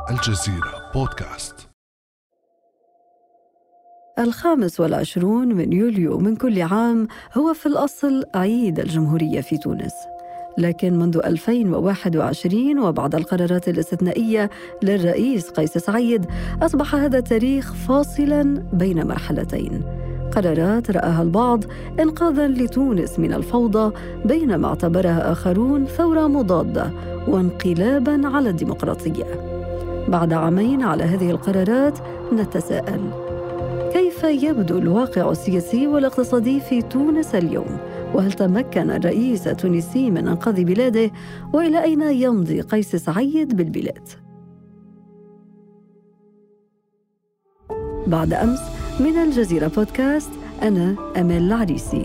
الجزيرة بودكاست. 25 من يوليو من كل عام هو في الأصل عيد الجمهورية في تونس، لكن منذ 2021 وبعد القرارات الاستثنائية للرئيس قيس سعيد أصبح هذا التاريخ فاصلاً بين مرحلتين. قرارات رآها البعض إنقاذاً لتونس من الفوضى، بينما اعتبرها آخرون ثورة مضادة وانقلاباً على الديمقراطية. بعد عامين على هذه القرارات نتساءل: كيف يبدو الواقع السياسي والاقتصادي في تونس اليوم؟ وهل تمكن الرئيس التونسي من إنقاذ بلاده؟ وإلى أين يمضي قيس سعيد بالبلاد؟ بعد أمس من الجزيرة بودكاست، أنا أمال العريسي.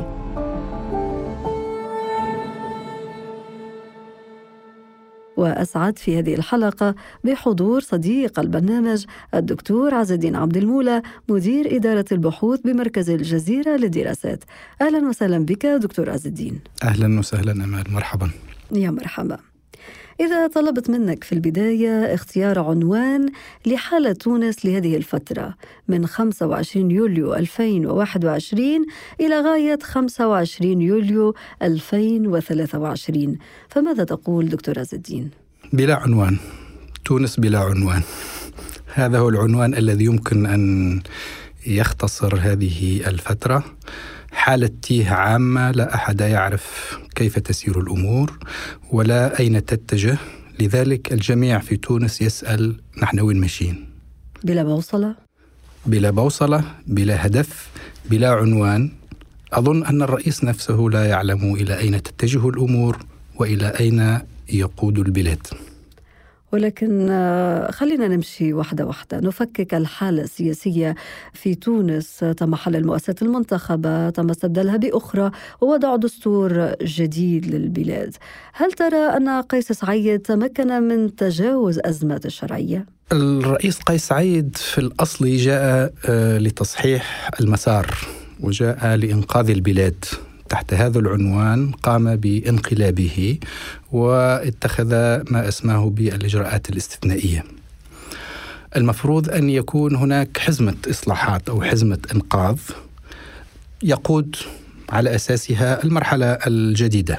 وأسعد في هذه الحلقة بحضور صديق البرنامج الدكتور عز الدين عبد المولى، مدير إدارة البحوث بمركز الجزيرة للدراسات. أهلا وسهلا بك دكتور عز الدين. أهلا وسهلا أمال، مرحبا. يا مرحبا. إذا طلبت منك في البداية اختيار عنوان لحالة تونس لهذه الفترة من 25 يوليو 2021 إلى غاية 25 يوليو 2023، فماذا تقول دكتور عز الدين؟ بلا عنوان، تونس بلا عنوان. هذا هو العنوان الذي يمكن أن يختصر هذه الفترة. حالة تيه عامة، لا أحد يعرف كيف تسير الأمور ولا أين تتجه، لذلك الجميع في تونس يسأل نحن وين ماشيين؟ بلا بوصلة؟ بلا بوصلة، بلا هدف، بلا عنوان. أظن أن الرئيس نفسه لا يعلم إلى أين تتجه الأمور وإلى أين يقود البلاد. ولكن خلينا نمشي واحدة واحدة، نفكك الحالة السياسية في تونس. تم حل المؤسسات المنتخبة، تم استبدالها بأخرى، ووضع دستور جديد للبلاد. هل ترى أن قيس سعيد تمكن من تجاوز أزمة الشرعية؟ الرئيس قيس سعيد في الأصل جاء لتصحيح المسار وجاء لإنقاذ البلاد. تحت هذا العنوان قام بانقلابه واتخذ ما اسماه بالإجراءات الاستثنائية. المفروض أن يكون هناك حزمة إصلاحات أو حزمة إنقاذ يقود على أساسها المرحلة الجديدة.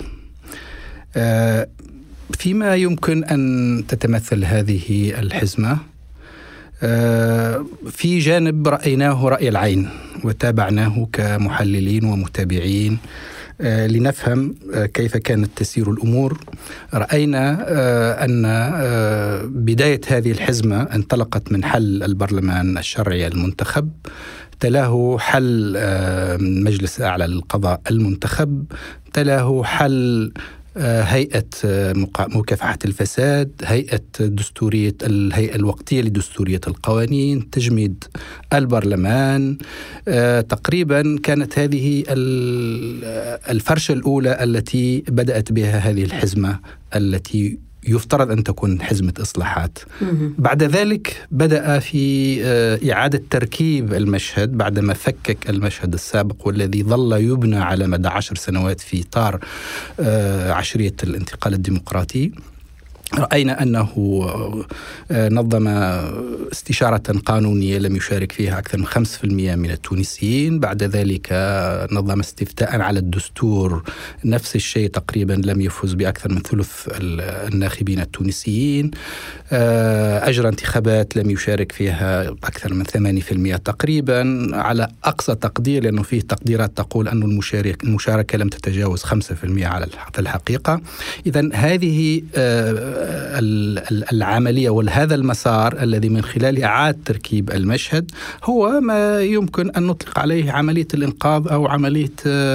فيما يمكن أن تتمثل هذه الحزمة، في جانب رأيناه رأي العين وتابعناه كمحللين ومتابعين لنفهم كيف كانت تسير الأمور. رأينا أن بداية هذه الحزمة انطلقت من حل البرلمان الشرعي المنتخب، تلاه حل مجلس أعلى للقضاء المنتخب، تلاه حل هيئة مكافحة الفساد، هيئة الهيئة الوقتية لدستورية القوانين، تجميد البرلمان. تقريبا كانت هذه الفرشة الأولى التي بدأت بها هذه الحزمة التي يفترض أن تكون حزمة إصلاحات. بعد ذلك بدأ في إعادة تركيب المشهد بعدما فكك المشهد السابق والذي ظل يبنى على مدى 10 سنوات في إطار عشرية الانتقال الديمقراطي. رأينا أنه نظم استشارة قانونية لم يشارك فيها أكثر من 5% من التونسيين. بعد ذلك نظم استفتاء على الدستور، نفس الشيء تقريبا لم يفوز بأكثر من ثلث الناخبين التونسيين. أجرى انتخابات لم يشارك فيها أكثر من 8% تقريبا على أقصى تقدير، لأنه فيه تقديرات تقول أن المشاركة لم تتجاوز 5% على الحقيقة. إذن هذه العملية وهذا المسار الذي من خلال إعادة تركيب المشهد هو ما يمكن أن نطلق عليه عملية الإنقاذ أو عملية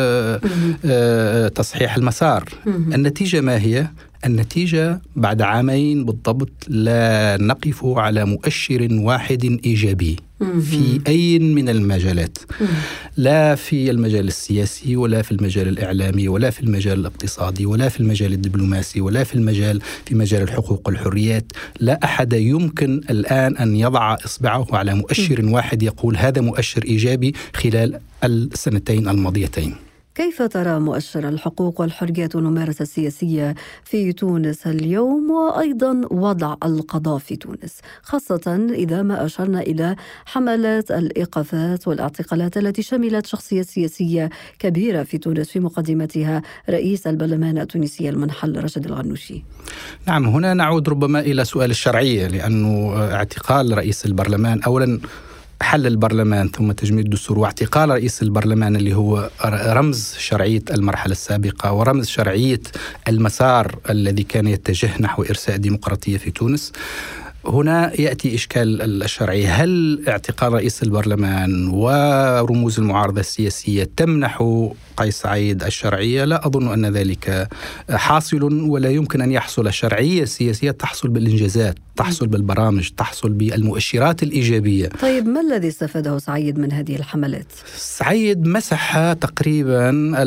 تصحيح المسار. النتيجة ما هي؟ النتيجة بعد عامين بالضبط لا نقف على مؤشر واحد إيجابي في أي من المجالات، لا في المجال السياسي ولا في المجال الإعلامي ولا في المجال الاقتصادي ولا في المجال الدبلوماسي ولا في مجال الحقوق والحريات. لا أحد يمكن الآن أن يضع إصبعه على مؤشر واحد يقول هذا مؤشر إيجابي خلال السنتين الماضيتين. كيف ترى مؤشر الحقوق والحريات والممارسة السياسية في تونس اليوم، وأيضا وضع القضاء في تونس، خاصة إذا ما أشرنا إلى حملات الإيقافات والاعتقالات التي شملت شخصية سياسية كبيرة في تونس في مقدمتها رئيس البرلمان التونسي المنحل رشد الغنوشي؟ نعم، هنا نعود ربما إلى سؤال الشرعية، لأنه اعتقال رئيس البرلمان أولا حل البرلمان ثم تجميد الدستور، واعتقال رئيس البرلمان اللي هو رمز شرعية المرحلة السابقة ورمز شرعية المسار الذي كان يتجه نحو إرساء ديمقراطية في تونس. هنا يأتي إشكال الشرعي، هل اعتقال رئيس البرلمان ورموز المعارضة السياسية تمنح قيس سعيد الشرعية؟ لا أظن أن ذلك حاصل، ولا يمكن أن يحصل. الشرعية السياسية تحصل بالإنجازات، تحصل بالبرامج، تحصل بالمؤشرات الإيجابية. طيب ما الذي استفاده سعيد من هذه الحملات؟ سعيد مسح تقريبا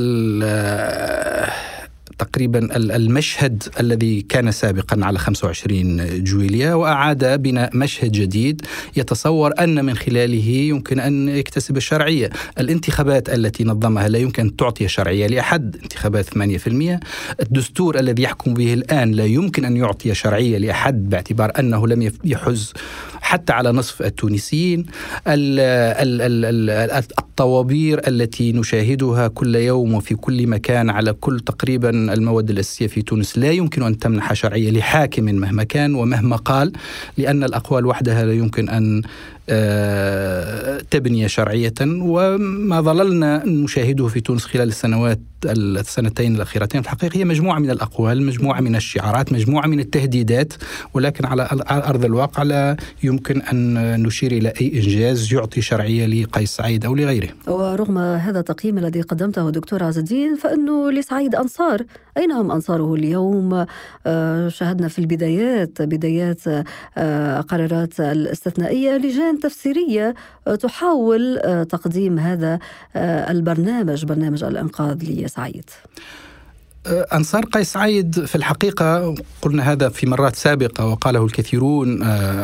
المشهد الذي كان سابقا على 25 جويلية، وأعاد بناء مشهد جديد يتصور أن من خلاله يمكن أن يكتسب الشرعية. الانتخابات التي نظمها لا يمكن أن تعطي شرعية لأحد، انتخابات 8%. الدستور الذي يحكم به الآن لا يمكن أن يعطي شرعية لأحد باعتبار أنه لم يحز حتى على نصف التونسيين. الطوابير التي نشاهدها كل يوم وفي كل مكان على كل تقريبا المواد الأساسية في تونس لا يمكن أن تمنح شرعية لحاكم مهما كان ومهما قال، لأن الأقوال وحدها لا يمكن أن تبني شرعية. وما ظللنا نشاهده في تونس خلال السنتين الأخيرتين في الحقيقة هي مجموعة من الأقوال، مجموعة من الشعارات، مجموعة من التهديدات، ولكن على أرض الواقع لا يمكن أن نشير إلى أي إنجاز يعطي شرعية لقيس سعيد أو لغيره. ورغم هذا التقييم الذي قدمته دكتور عز الدين، فإنه لسعيد أنصار. أين هم أنصاره اليوم؟ شاهدنا في بدايات قرارات الاستثنائية لجان تفسيرية تحاول تقديم هذا برنامج الإنقاذ لسعيد. أنصار قيس سعيد في الحقيقة قلنا هذا في مرات سابقة وقاله الكثيرون.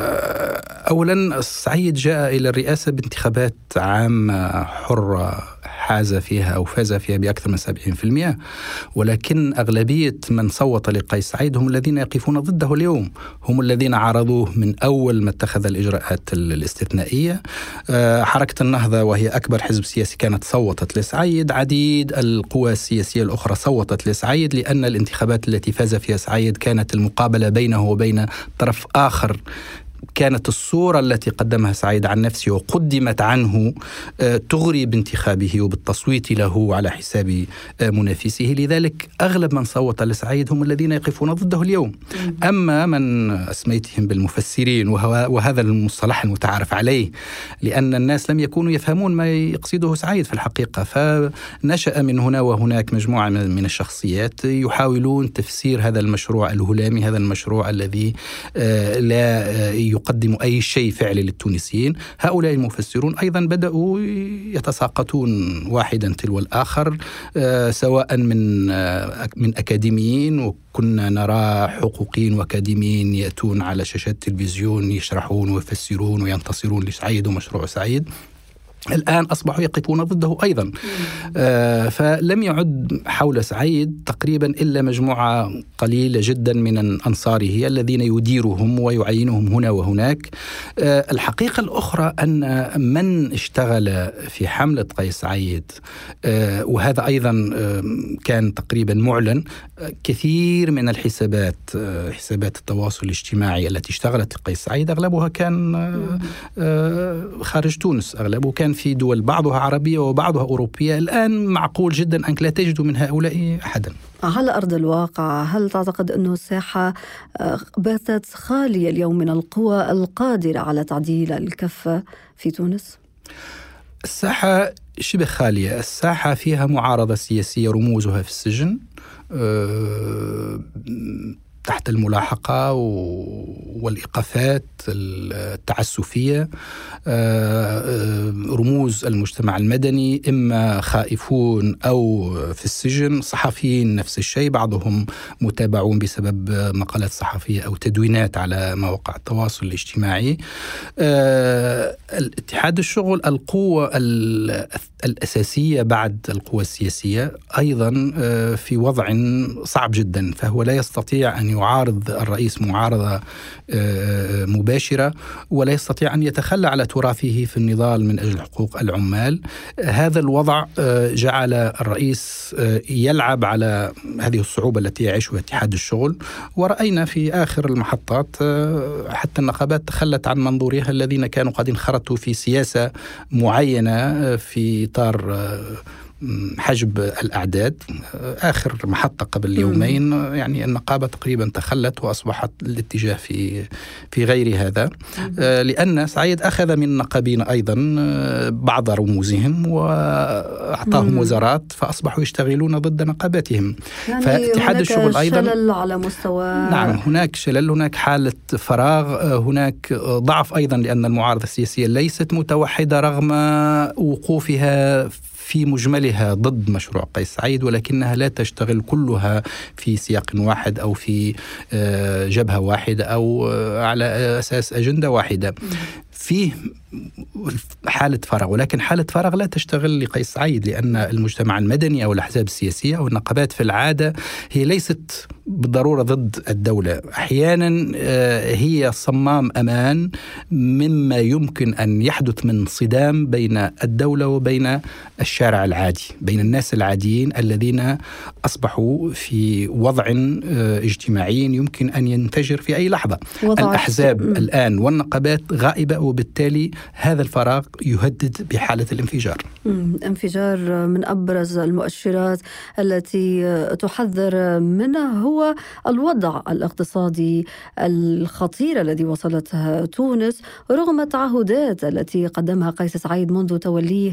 أولا سعيد جاء إلى الرئاسة بانتخابات عامة حرة فاز فيها بأكثر من 70%، ولكن أغلبية من صوت لقيس سعيد هم الذين يقفون ضده اليوم، هم الذين عارضوه من أول ما اتخذ الإجراءات الاستثنائية. حركة النهضة وهي أكبر حزب سياسي كانت صوتت لسعيد، عديد القوى السياسية الأخرى صوتت لسعيد، لأن الانتخابات التي فاز فيها سعيد كانت المقابلة بينه وبين طرف آخر. كانت الصورة التي قدمها سعيد عن نفسه وقدمت عنه تغري بانتخابه وبالتصويت له على حساب منافسه، لذلك أغلب من صوت لسعيد هم الذين يقفون ضده اليوم. أما من أسميتهم بالمفسرين، وهذا المصطلح المتعارف عليه، لأن الناس لم يكونوا يفهمون ما يقصده سعيد في الحقيقة، فنشأ من هنا وهناك مجموعة من الشخصيات يحاولون تفسير هذا المشروع الهلامي، هذا المشروع الذي لا يقدم أي شيء فعلي للتونسيين. هؤلاء المفسرون أيضا بدأوا يتساقطون واحدا تلو الآخر، سواء من أكاديميين، وكنا نرى حقوقيين وأكاديميين يأتون على شاشات التلفزيون يشرحون ويفسرون وينتصرون لسعيد ومشروع سعيد، الآن أصبحوا يقفون ضده أيضا. فلم يعد حول سعيد تقريبا إلا مجموعة قليلة جدا من أنصاره الذين يديرهم ويعينهم هنا وهناك. الحقيقة الأخرى أن من اشتغل في حملة قيس سعيد، وهذا أيضا كان تقريبا معلن، كثير من حسابات التواصل الاجتماعي التي اشتغلت لقيس سعيد أغلبها كان خارج تونس، أغلبه كان في دول بعضها عربية وبعضها أوروبية. الآن معقول جدا أنك لا تجد من هؤلاء أحدا. على أرض الواقع هل تعتقد أن الساحة باتت خالية اليوم من القوى القادرة على تعديل الكفة في تونس؟ الساحة شبه خالية، الساحة فيها معارضة سياسية رموزها في السجن، تحت الملاحقة والإيقافات التعسفية. رموز المجتمع المدني إما خائفون أو في السجن، صحفيين نفس الشيء، بعضهم متابعون بسبب مقالات صحفية أو تدوينات على مواقع التواصل الاجتماعي. الاتحاد الشغل القوة الأساسية بعد القوى السياسية أيضا في وضع صعب جدا، فهو لا يستطيع أن يعارض الرئيس معارضة مباشرة، ولا يستطيع أن يتخلى على تراثه في النضال من أجل حقوق العمال. هذا الوضع جعل الرئيس يلعب على هذه الصعوبة التي يعيشها اتحاد الشغل، ورأينا في آخر المحطات حتى النقابات تخلت عن منظورها الذين كانوا قد انخرطوا في سياسة معينة في إطار حجب الأعداد. آخر محطة قبل يومين يعني النقابة تقريبا تخلت وأصبحت الاتجاه في غير هذا، لأن سعيد أخذ من النقابين أيضا بعض رموزهم وأعطاهم وزارات، فأصبحوا يشتغلون ضد نقاباتهم. يعني فاتحاد الشغل أيضا شلل على مستوى، نعم هناك شلل، هناك حالة فراغ، هناك ضعف أيضا لأن المعارضة السياسية ليست متوحدة رغم وقوفها في مجملها ضد مشروع قيس سعيد، ولكنها لا تشتغل كلها في سياق واحد أو في جبهة واحدة أو على أساس أجندة واحدة. فيه حالة فراغ، ولكن حالة فراغ لا تشتغل لقيس سعيد، لأن المجتمع المدني أو الأحزاب السياسية أو النقابات في العادة هي ليست بالضرورة ضد الدولة، أحيانا هي صمام أمان مما يمكن أن يحدث من صدام بين الدولة وبين الشارع العادي، بين الناس العاديين الذين أصبحوا في وضع اجتماعي يمكن أن ينفجر في أي لحظة. الأحزاب الآن والنقابات غائبة، وبالتالي هذا الفراغ يهدد بحالة الانفجار. انفجار من أبرز المؤشرات التي تحذر منها هو الوضع الاقتصادي الخطير الذي وصلتها تونس رغم التعهدات التي قدمها قيس سعيد منذ توليه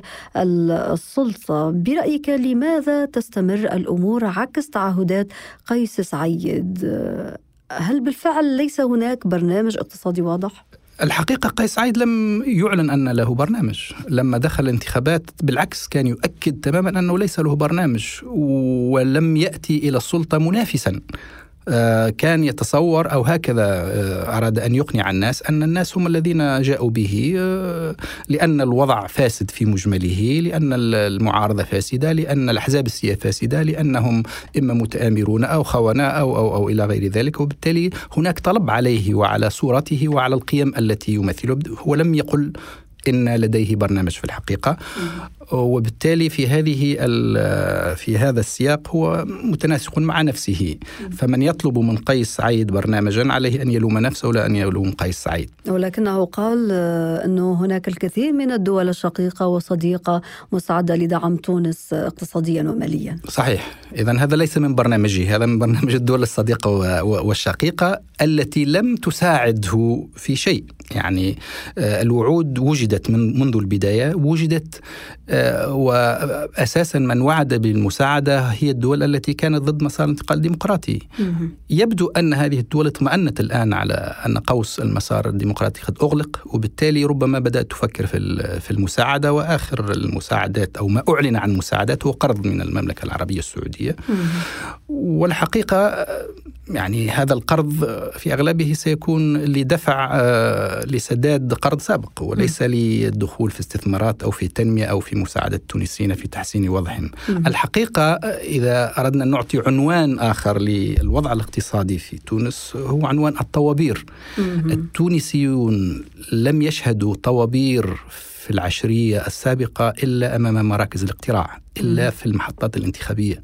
السلطة. برأيك لماذا تستمر الأمور عكس تعهدات قيس سعيد؟ هل بالفعل ليس هناك برنامج اقتصادي واضح؟ الحقيقة قيس سعيد لم يعلن أن له برنامج لما دخل الانتخابات، بالعكس كان يؤكد تماما أنه ليس له برنامج، ولم يأتي إلى السلطة منافسا. كان يتصور أو هكذا أراد أن يقنع الناس أن الناس هم الذين جاءوا به، لأن الوضع فاسد في مجمله، لأن المعارضة فاسدة، لأن الأحزاب السياسية فاسدة، لأنهم إما متآمرون أو خونة أو إلى غير ذلك، وبالتالي هناك طلب عليه وعلى صورته وعلى القيم التي يمثله. هو لم يقل إن لديه برنامج في الحقيقة، وبالتالي في هذا السياق هو متناسق مع نفسه. فمن يطلب من قيس سعيد برنامجا عليه أن يلوم نفسه ولا أن يلوم قيس سعيد. ولكنه قال أنه هناك الكثير من الدول الشقيقة وصديقة مساعدة لدعم تونس اقتصاديا وماليا. صحيح، إذن هذا ليس من برنامجه، هذا من برنامج الدول الصديقة والشقيقة التي لم تساعده في شيء. يعني الوعود وجدت منذ البداية، وجدت وأساسا من وعد بالمساعدة هي الدول التي كانت ضد مسار الانتقال الديمقراطي. يبدو أن هذه الدول اطمأنت الآن على أن قوس المسار الديمقراطي قد أغلق، وبالتالي ربما بدأت تفكر في المساعدة. وآخر المساعدات أو ما أعلن عن مساعدات هو قرض من المملكة العربية السعودية. والحقيقة يعني هذا القرض في أغلبه سيكون لدفع لسداد قرض سابق، وليس للدخول في استثمارات أو في تنمية أو في مساعدة التونسيين في تحسين وضعهم. الحقيقة إذا أردنا أن نعطي عنوان آخر للوضع الاقتصادي في تونس هو عنوان الطوابير. التونسيون لم يشهدوا طوابير في العشرية السابقة إلا أمام مراكز الاقتراع، إلا في المحطات الانتخابية.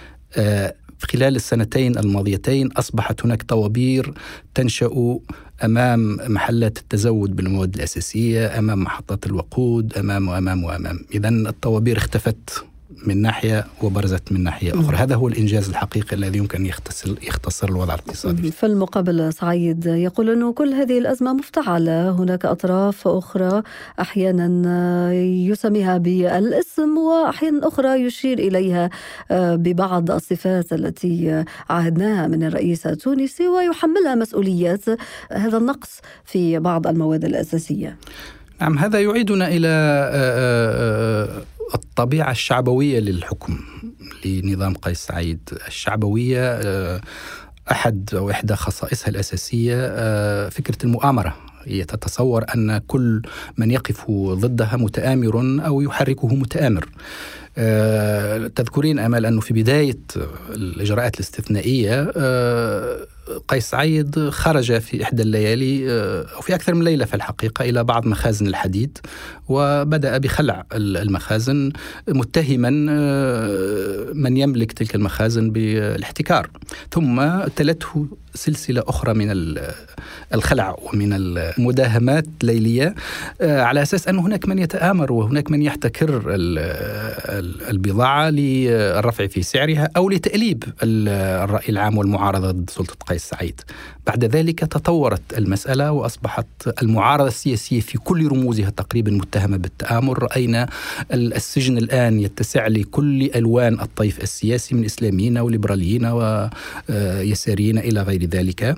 خلال السنتين الماضيتين أصبحت هناك طوابير تنشأ أمام محلات التزود بالمواد الأساسية، أمام محطات الوقود، أمام. إذن الطوابير اختفت من ناحية وبرزت من ناحية أخرى. هذا هو الإنجاز الحقيقي الذي يمكن أن يختصر الوضع الاقتصادي. في المقابل سعيد يقول أنه كل هذه الأزمة مفتعلة، هناك أطراف أخرى أحيانا يسميها بالاسم وأحيانا أخرى يشير إليها ببعض الصفات التي عهدناها من الرئيس التونسي ويحملها مسؤوليات هذا النقص في بعض المواد الأساسية. نعم، هذا يعيدنا إلى الطبيعة الشعبوية للحكم لنظام قيس سعيد. الشعبوية إحدى خصائصها الأساسية فكرة المؤامرة. هي تتصور أن كل من يقف ضدها متآمر أو يحركه متآمر. تذكرين أمل أنه في بداية الإجراءات الاستثنائية قيس سعيد خرج في إحدى الليالي أو في أكثر من ليلة في الحقيقة إلى بعض مخازن الحديد وبدأ بخلع المخازن متهما من يملك تلك المخازن بالاحتكار. ثم تلته سلسلة أخرى من الخلع ومن المداهمات ليلية على أساس أن هناك من يتآمر وهناك من يحتكر البضاعة للرفع في سعرها أو لتأليب الرأي العام والمعارضة ضد سلطة قيس سعيد. بعد ذلك تطورت المسألة وأصبحت المعارضة السياسية في كل رموزها تقريبا متهمة بالتآمر. رأينا السجن الآن يتسع لكل ألوان الطيف السياسي من إسلاميين وليبراليين ويساريين إلى غير ذلك.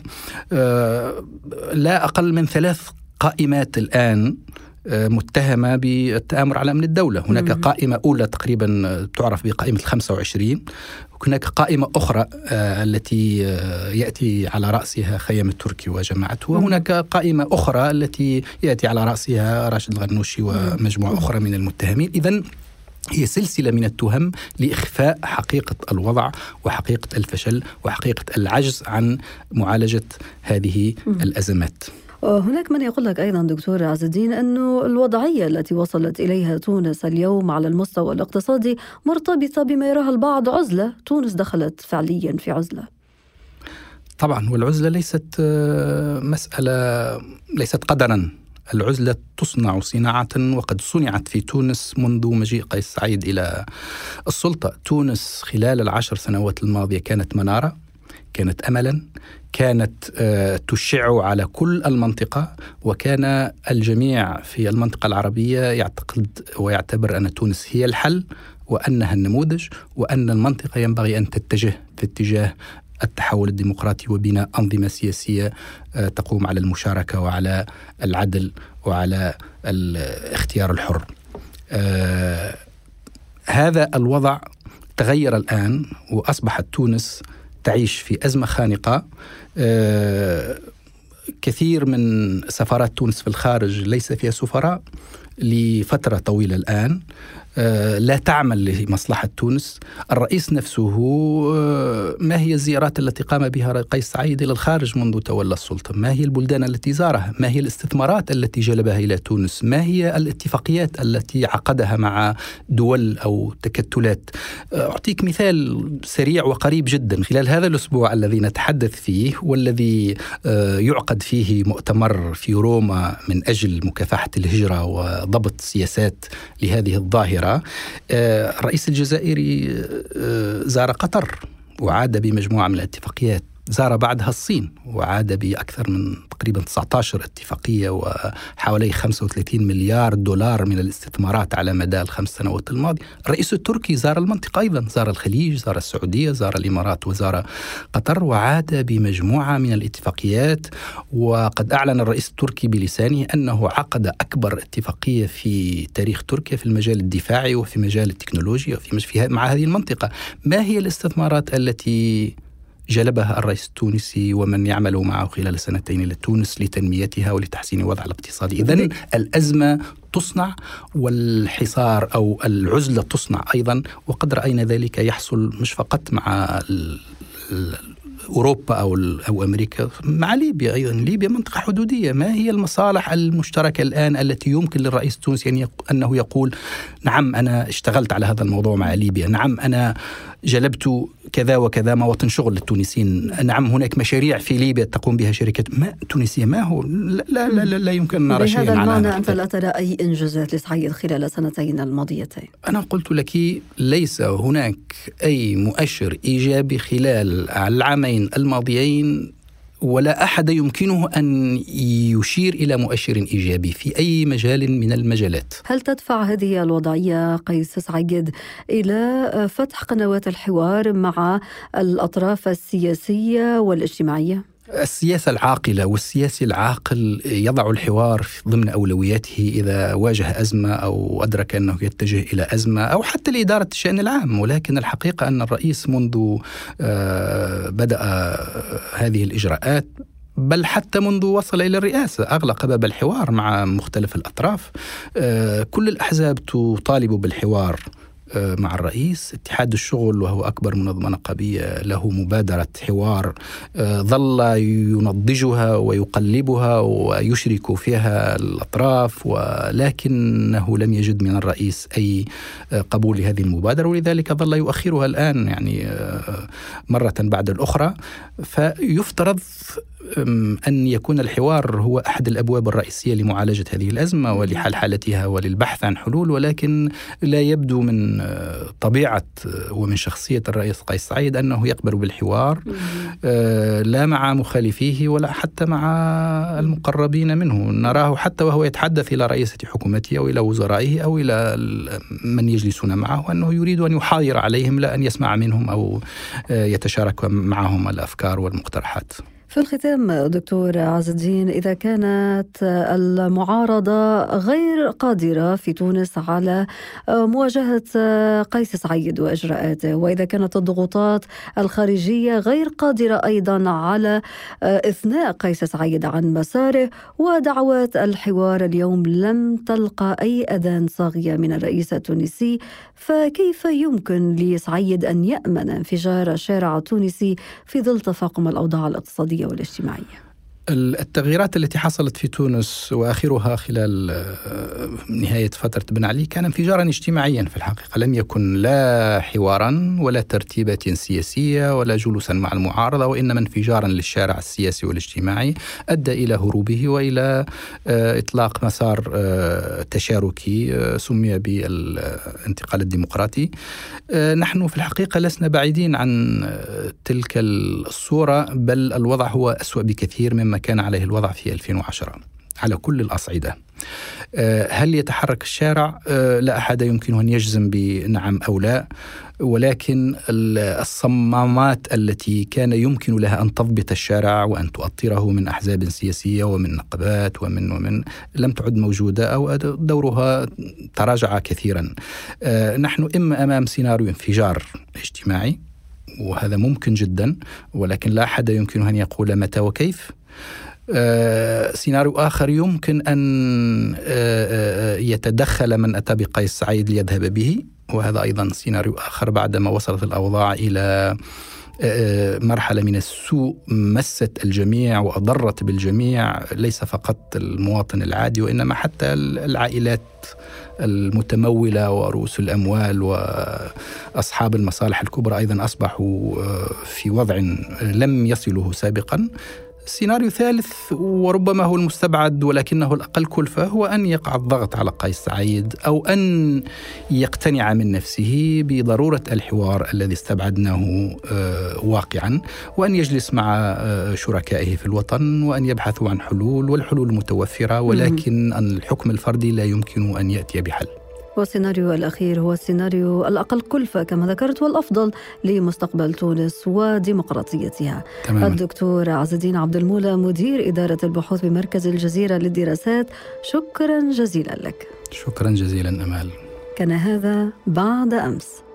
لا أقل من 3 قائمات الآن متهمة بالتآمر على أمن الدولة. هناك قائمة أولى تقريبا تعرف بقائمة 25، هناك قائمة أخرى التي يأتي على رأسها خيام التركي وجماعته، وهناك قائمة أخرى التي يأتي على رأسها راشد الغنوشي ومجموعة أخرى من المتهمين. إذن هي سلسلة من التهم لإخفاء حقيقة الوضع وحقيقة الفشل وحقيقة العجز عن معالجة هذه الأزمات. هناك من يقول لك أيضا دكتور عز الدين أنه الوضعية التي وصلت إليها تونس اليوم على المستوى الاقتصادي مرتبطة بما يراها البعض عزلة. تونس دخلت فعليا في عزلة. طبعا، والعزلة ليست مسألة، ليست قدرا. العزلة تصنع صناعة وقد صنعت في تونس منذ مجيء قيس سعيد إلى السلطة. تونس خلال 10 سنوات الماضية كانت منارة، كانت أملا، كانت تشع على كل المنطقة، وكان الجميع في المنطقة العربية يعتقد ويعتبر أن تونس هي الحل وأنها النموذج، وأن المنطقة ينبغي أن تتجه في اتجاه التحول الديمقراطي وبناء أنظمة سياسية تقوم على المشاركة وعلى العدل وعلى الاختيار الحر. هذا الوضع تغير الآن وأصبحت تونس تعيش في أزمة خانقة. كثير من سفارات تونس في الخارج ليس فيها سفراء لفترة طويلة الآن، لا تعمل لمصلحة تونس. الرئيس نفسه، ما هي الزيارات التي قام بها قيس سعيد إلى الخارج منذ تولى السلطة؟ ما هي البلدان التي زارها؟ ما هي الاستثمارات التي جلبها إلى تونس؟ ما هي الاتفاقيات التي عقدها مع دول أو تكتلات؟ أعطيك مثال سريع وقريب جدا. خلال هذا الأسبوع الذي نتحدث فيه والذي يعقد فيه مؤتمر في روما من أجل مكافحة الهجرة وضبط سياسات لهذه الظاهرة، الرئيس الجزائري زار قطر وعاد بمجموعة من الاتفاقيات، زار بعدها الصين وعاد بأكثر من تقريبا 19 اتفاقية وحوالي 35 مليار دولار من الاستثمارات على مدى ال5 سنوات الماضية. الرئيس التركي زار المنطقة أيضا، زار الخليج، زار السعودية، زار الإمارات وزار قطر وعاد بمجموعة من الاتفاقيات. وقد أعلن الرئيس التركي بلسانه أنه عقد أكبر اتفاقية في تاريخ تركيا في المجال الدفاعي وفي مجال التكنولوجيا مع هذه المنطقة. ما هي الاستثمارات التي جلبها الرئيس التونسي ومن يعمل معه خلال 2 لتونس لتنميتها ولتحسين الوضع الاقتصادي؟ إذن الأزمة تصنع والحصار أو العزلة تصنع أيضا، وقد رأينا ذلك يحصل مش فقط مع أوروبا أو أمريكا، مع ليبيا أيضا. ليبيا منطقة حدودية. ما هي المصالح المشتركة الآن التي يمكن للرئيس التونسي أنه يقول نعم أنا اشتغلت على هذا الموضوع مع ليبيا، نعم أنا جلبت كذا وكذا مواطن شغل للتونسيين. نعم هناك مشاريع في ليبيا تقوم بها شركات تونسية، ما هو لا يمكن أن نرى شيئا على هذا المعنى. أنت لا ترى أي إنجازات لسعيد خلال السنتين الماضيتين؟ أنا قلت لك ليس هناك أي مؤشر إيجابي خلال العامين الماضيين، ولا أحد يمكنه أن يشير إلى مؤشر إيجابي في أي مجال من المجالات. هل تدفع هذه الوضعية قيس سعيد إلى فتح قنوات الحوار مع الأطراف السياسية والاجتماعية؟ السياسة العاقلة والسياسي العاقل يضع الحوار ضمن أولوياته إذا واجه أزمة أو أدرك أنه يتجه إلى أزمة، أو حتى لإدارة الشأن العام. ولكن الحقيقة أن الرئيس منذ بدأ هذه الإجراءات، بل حتى منذ وصل إلى الرئاسة، أغلق باب الحوار مع مختلف الأطراف. كل الأحزاب تطالب بالحوار مع الرئيس. اتحاد الشغل وهو أكبر منظمة نقابية له مبادرة حوار ظل ينضجها ويقلبها ويشرك فيها الأطراف، ولكنه لم يجد من الرئيس أي قبول لهذه المبادرة، ولذلك ظل يؤخرها الآن يعني مرة بعد الأخرى. فيفترض أن يكون الحوار هو أحد الأبواب الرئيسية لمعالجة هذه الأزمة ولحل حالتها وللبحث عن حلول، ولكن لا يبدو من طبيعة ومن شخصية الرئيس قيس سعيد أنه يقبل بالحوار لا مع مخالفيه ولا حتى مع المقربين منه. نراه حتى وهو يتحدث إلى رئيسة حكومته أو إلى وزرائه أو إلى من يجلسون معه أنه يريد أن يحاور عليهم لا أن يسمع منهم أو يتشارك معهم الأفكار والمقترحات. في الختام دكتور عز الدين، إذا كانت المعارضة غير قادرة في تونس على مواجهة قيس سعيد وإجراءاته، وإذا كانت الضغوطات الخارجية غير قادرة أيضا على إثناء قيس سعيد عن مساره، ودعوات الحوار اليوم لم تلقى أي أذان صاغية من الرئيس التونسي، فكيف يمكن لسعيد أن يأمن انفجار الشارع التونسي في ظل تفاقم الأوضاع الاقتصادية والاجتماعية؟ التغييرات التي حصلت في تونس وآخرها خلال نهاية فترة بن علي كان انفجارا اجتماعيا في الحقيقة، لم يكن لا حوارا ولا ترتيبة سياسية ولا جلوسا مع المعارضة، وإنما انفجارا للشارع السياسي والاجتماعي أدى إلى هروبه وإلى إطلاق مسار تشاركي سمي بالانتقال الديمقراطي. نحن في الحقيقة لسنا بعيدين عن تلك الصورة، بل الوضع هو أسوأ بكثير مما كان عليه الوضع في 2010 على كل الأصعدة. هل يتحرك الشارع؟ لا أحد يمكن أن يجزم بنعم أو لا، ولكن الصمامات التي كان يمكن لها أن تضبط الشارع وأن تؤطره من أحزاب سياسية ومن نقابات ومن لم تعد موجودة أو دورها تراجع كثيرا. نحن إما أمام سيناريو انفجار اجتماعي، وهذا ممكن جدا، ولكن لا أحد يمكن أن يقول متى وكيف. سيناريو آخر يمكن أن يتدخل من أتى بقيس سعيد ليذهب به، وهذا أيضا سيناريو آخر بعدما وصلت الأوضاع إلى مرحلة من السوء مست الجميع وأضرت بالجميع، ليس فقط المواطن العادي وإنما حتى العائلات المتمولة ورؤوس الأموال وأصحاب المصالح الكبرى أيضا أصبحوا في وضع لم يصلوه سابقا. سيناريو ثالث وربما هو المستبعد ولكنه الأقل كلفة، هو أن يقع الضغط على قيس سعيد أو أن يقتنع من نفسه بضرورة الحوار الذي استبعدناه واقعا، وأن يجلس مع شركائه في الوطن وأن يبحثوا عن حلول، والحلول متوفرة، ولكن الحكم الفردي لا يمكن أن يأتي بحل. والسيناريو الأخير هو السيناريو الأقل كلفة كما ذكرت والأفضل لمستقبل تونس وديمقراطيتها. تمام. الدكتور عز الدين عبد المولى مدير إدارة البحوث بمركز الجزيرة للدراسات، شكرا جزيلا لك. شكرا جزيلا أمال. كان هذا بعد أمس.